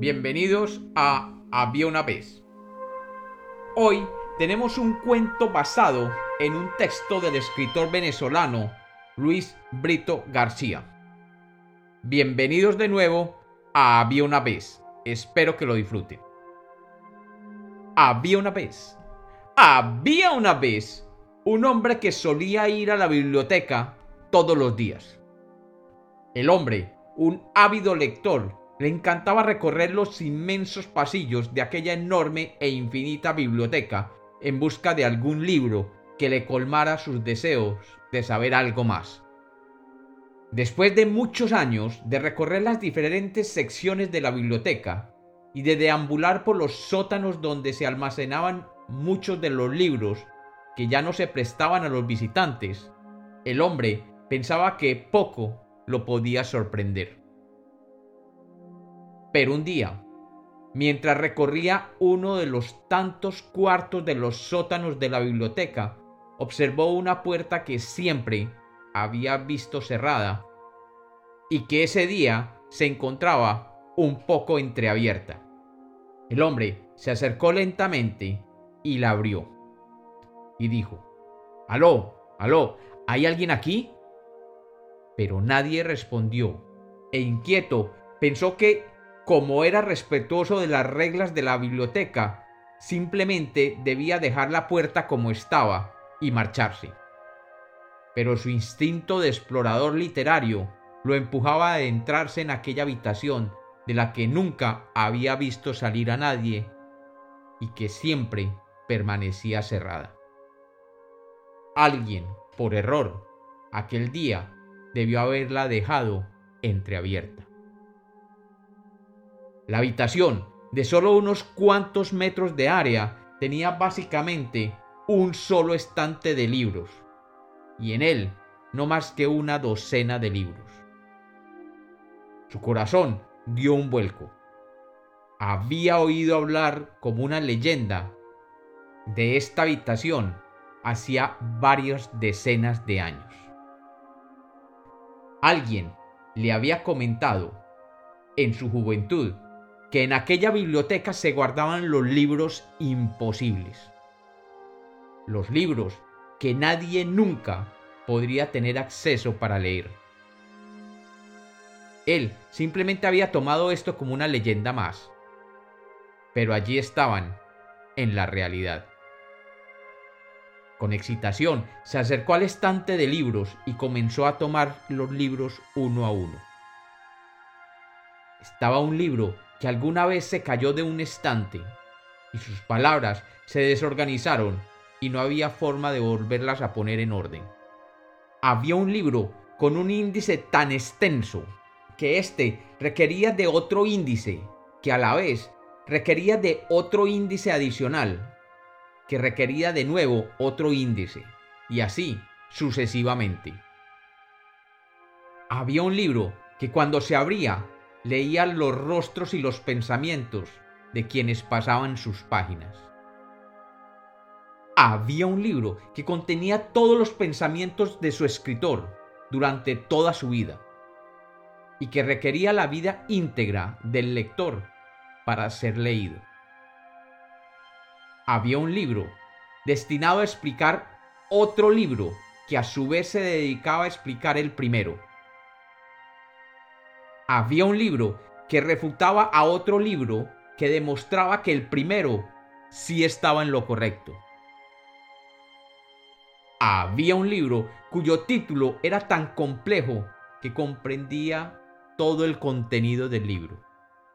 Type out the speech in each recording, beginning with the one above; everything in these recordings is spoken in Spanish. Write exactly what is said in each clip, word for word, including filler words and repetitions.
Bienvenidos a Había una vez. Hoy tenemos un cuento basado en un texto del escritor venezolano Luis Brito García. Bienvenidos de nuevo a Había una vez. Espero que lo disfruten. Había una vez. Había una vez un hombre que solía ir a la biblioteca todos los días. El hombre, un ávido lector, le encantaba recorrer los inmensos pasillos de aquella enorme e infinita biblioteca en busca de algún libro que le colmara sus deseos de saber algo más. Después de muchos años de recorrer las diferentes secciones de la biblioteca y de deambular por los sótanos donde se almacenaban muchos de los libros que ya no se prestaban a los visitantes, el hombre pensaba que poco lo podía sorprender. Pero un día, mientras recorría uno de los tantos cuartos de los sótanos de la biblioteca, observó una puerta que siempre había visto cerrada y que ese día se encontraba un poco entreabierta. El hombre se acercó lentamente y la abrió y dijo: «Aló, aló, ¿hay alguien aquí?». Pero nadie respondió, e inquieto pensó que, como era respetuoso de las reglas de la biblioteca, simplemente debía dejar la puerta como estaba y marcharse. Pero su instinto de explorador literario lo empujaba a adentrarse en aquella habitación de la que nunca había visto salir a nadie y que siempre permanecía cerrada. Alguien, por error, aquel día debió haberla dejado entreabierta. La habitación, de solo unos cuantos metros de área, tenía básicamente un solo estante de libros, y en él no más que una docena de libros. Su corazón dio un vuelco. Había oído hablar como una leyenda de esta habitación hacía varias decenas de años. Alguien le había comentado en su juventud que en aquella biblioteca se guardaban los libros imposibles. Los libros que nadie nunca podría tener acceso para leer. Él simplemente había tomado esto como una leyenda más, pero allí estaban, en la realidad. Con excitación se acercó al estante de libros y comenzó a tomar los libros uno a uno. Estaba un libro que alguna vez se cayó de un estante y sus palabras se desorganizaron y no había forma de volverlas a poner en orden. Había un libro con un índice tan extenso que éste requería de otro índice, que a la vez requería de otro índice adicional, que requería de nuevo otro índice, y así sucesivamente. Había un libro que cuando se abría leía los rostros y los pensamientos de quienes pasaban sus páginas. Había un libro que contenía todos los pensamientos de su escritor durante toda su vida y que requería la vida íntegra del lector para ser leído. Había un libro destinado a explicar otro libro que a su vez se dedicaba a explicar el primero. Había un libro que refutaba a otro libro que demostraba que el primero sí estaba en lo correcto. Había un libro cuyo título era tan complejo que comprendía todo el contenido del libro.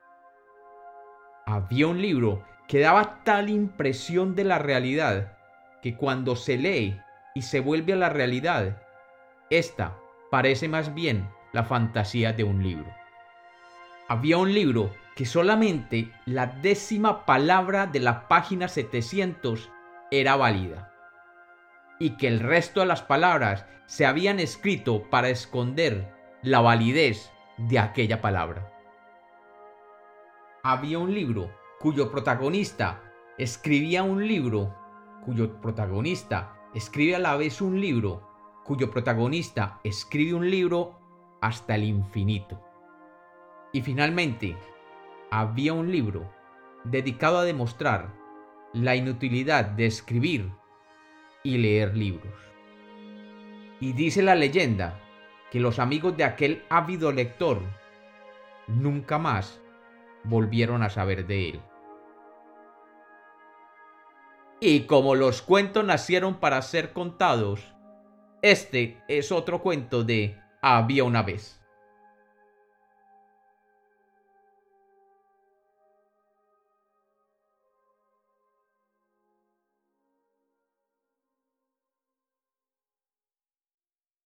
Había un libro que daba tal impresión de la realidad que cuando se lee y se vuelve a la realidad, esta parece más bien la fantasía de un libro. Había un libro que solamente la décima palabra de la página setecientos era válida y que el resto de las palabras se habían escrito para esconder la validez de aquella palabra. Había un libro cuyo protagonista escribía un libro, cuyo protagonista escribe a la vez un libro, cuyo protagonista escribe un libro hasta el infinito. Y finalmente, había un libro dedicado a demostrar la inutilidad de escribir y leer libros. Y dice la leyenda que los amigos de aquel ávido lector nunca más volvieron a saber de él. Y como los cuentos nacieron para ser contados, este es otro cuento de Había una vez.